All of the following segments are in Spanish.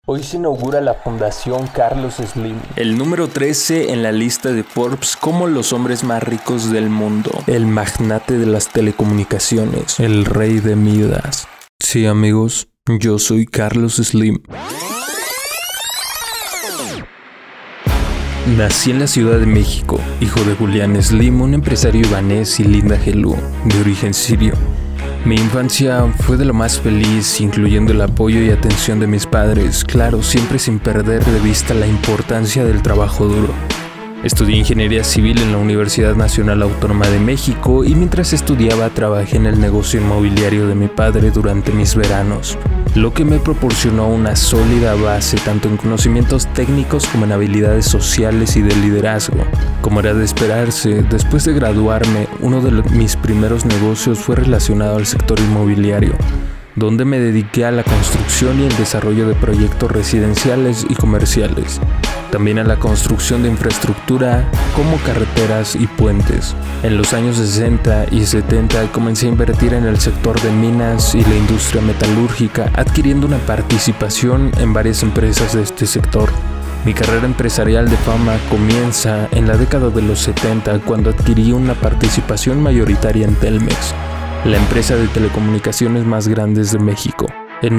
Hoy se inaugura la Fundación Carlos Slim, el número 13 en la lista de Forbes como los hombres más ricos del mundo, el magnate de las telecomunicaciones, el rey de Midas. Sí, amigos, yo soy Carlos Slim. Nací en la Ciudad de México, hijo de Julián Slim, un empresario ibanés, y Linda Gelú, de origen sirio. Mi infancia fue de lo más feliz, incluyendo el apoyo y atención de mis padres, claro, siempre sin perder de vista la importancia del trabajo duro. Estudié ingeniería civil en la Universidad Nacional Autónoma de México y mientras estudiaba trabajé en el negocio inmobiliario de mi padre durante mis veranos, lo que me proporcionó una sólida base tanto en conocimientos técnicos como en habilidades sociales y de liderazgo. Como era de esperarse, después de graduarme, uno de mis primeros negocios fue relacionado al sector inmobiliario, donde me dediqué a la construcción y el desarrollo de proyectos residenciales y comerciales. También a la construcción de infraestructura como carreteras y puentes. En los años 60 y 70 comencé a invertir en el sector de minas y la industria metalúrgica, adquiriendo una participación en varias empresas de este sector. Mi carrera empresarial de fama comienza en la década de los 70 cuando adquirí una participación mayoritaria en Telmex, la empresa de telecomunicaciones más grande de México. En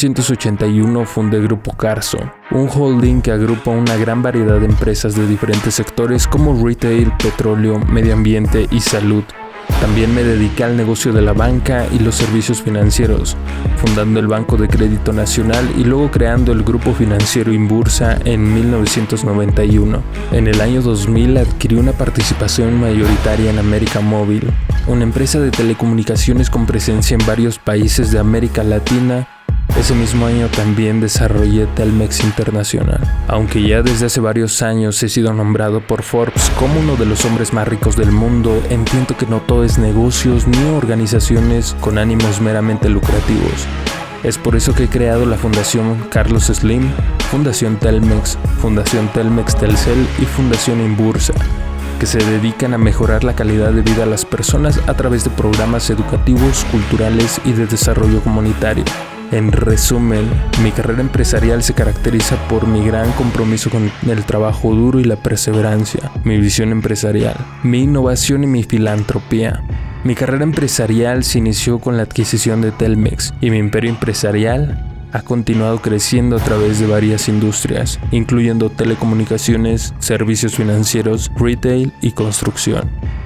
1981 fundé Grupo Carso, un holding que agrupa una gran variedad de empresas de diferentes sectores como retail, petróleo, medio ambiente y salud. También me dediqué al negocio de la banca y los servicios financieros, fundando el Banco de Crédito Nacional y luego creando el Grupo Financiero Inbursa en 1991. En el año 2000 adquirí una participación mayoritaria en América Móvil, una empresa de telecomunicaciones con presencia en varios países de América Latina. Ese mismo año también desarrollé Telmex Internacional. Aunque ya desde hace varios años he sido nombrado por Forbes como uno de los hombres más ricos del mundo, entiendo que no todo es negocios ni organizaciones con ánimos meramente lucrativos. Es por eso que he creado la Fundación Carlos Slim, Fundación Telmex Telcel y Fundación Inbursa, que se dedican a mejorar la calidad de vida a las personas a través de programas educativos, culturales y de desarrollo comunitario. En resumen, mi carrera empresarial se caracteriza por mi gran compromiso con el trabajo duro y la perseverancia, mi visión empresarial, mi innovación y mi filantropía. Mi carrera empresarial se inició con la adquisición de Telmex y mi imperio empresarial ha continuado creciendo a través de varias industrias, incluyendo telecomunicaciones, servicios financieros, retail y construcción.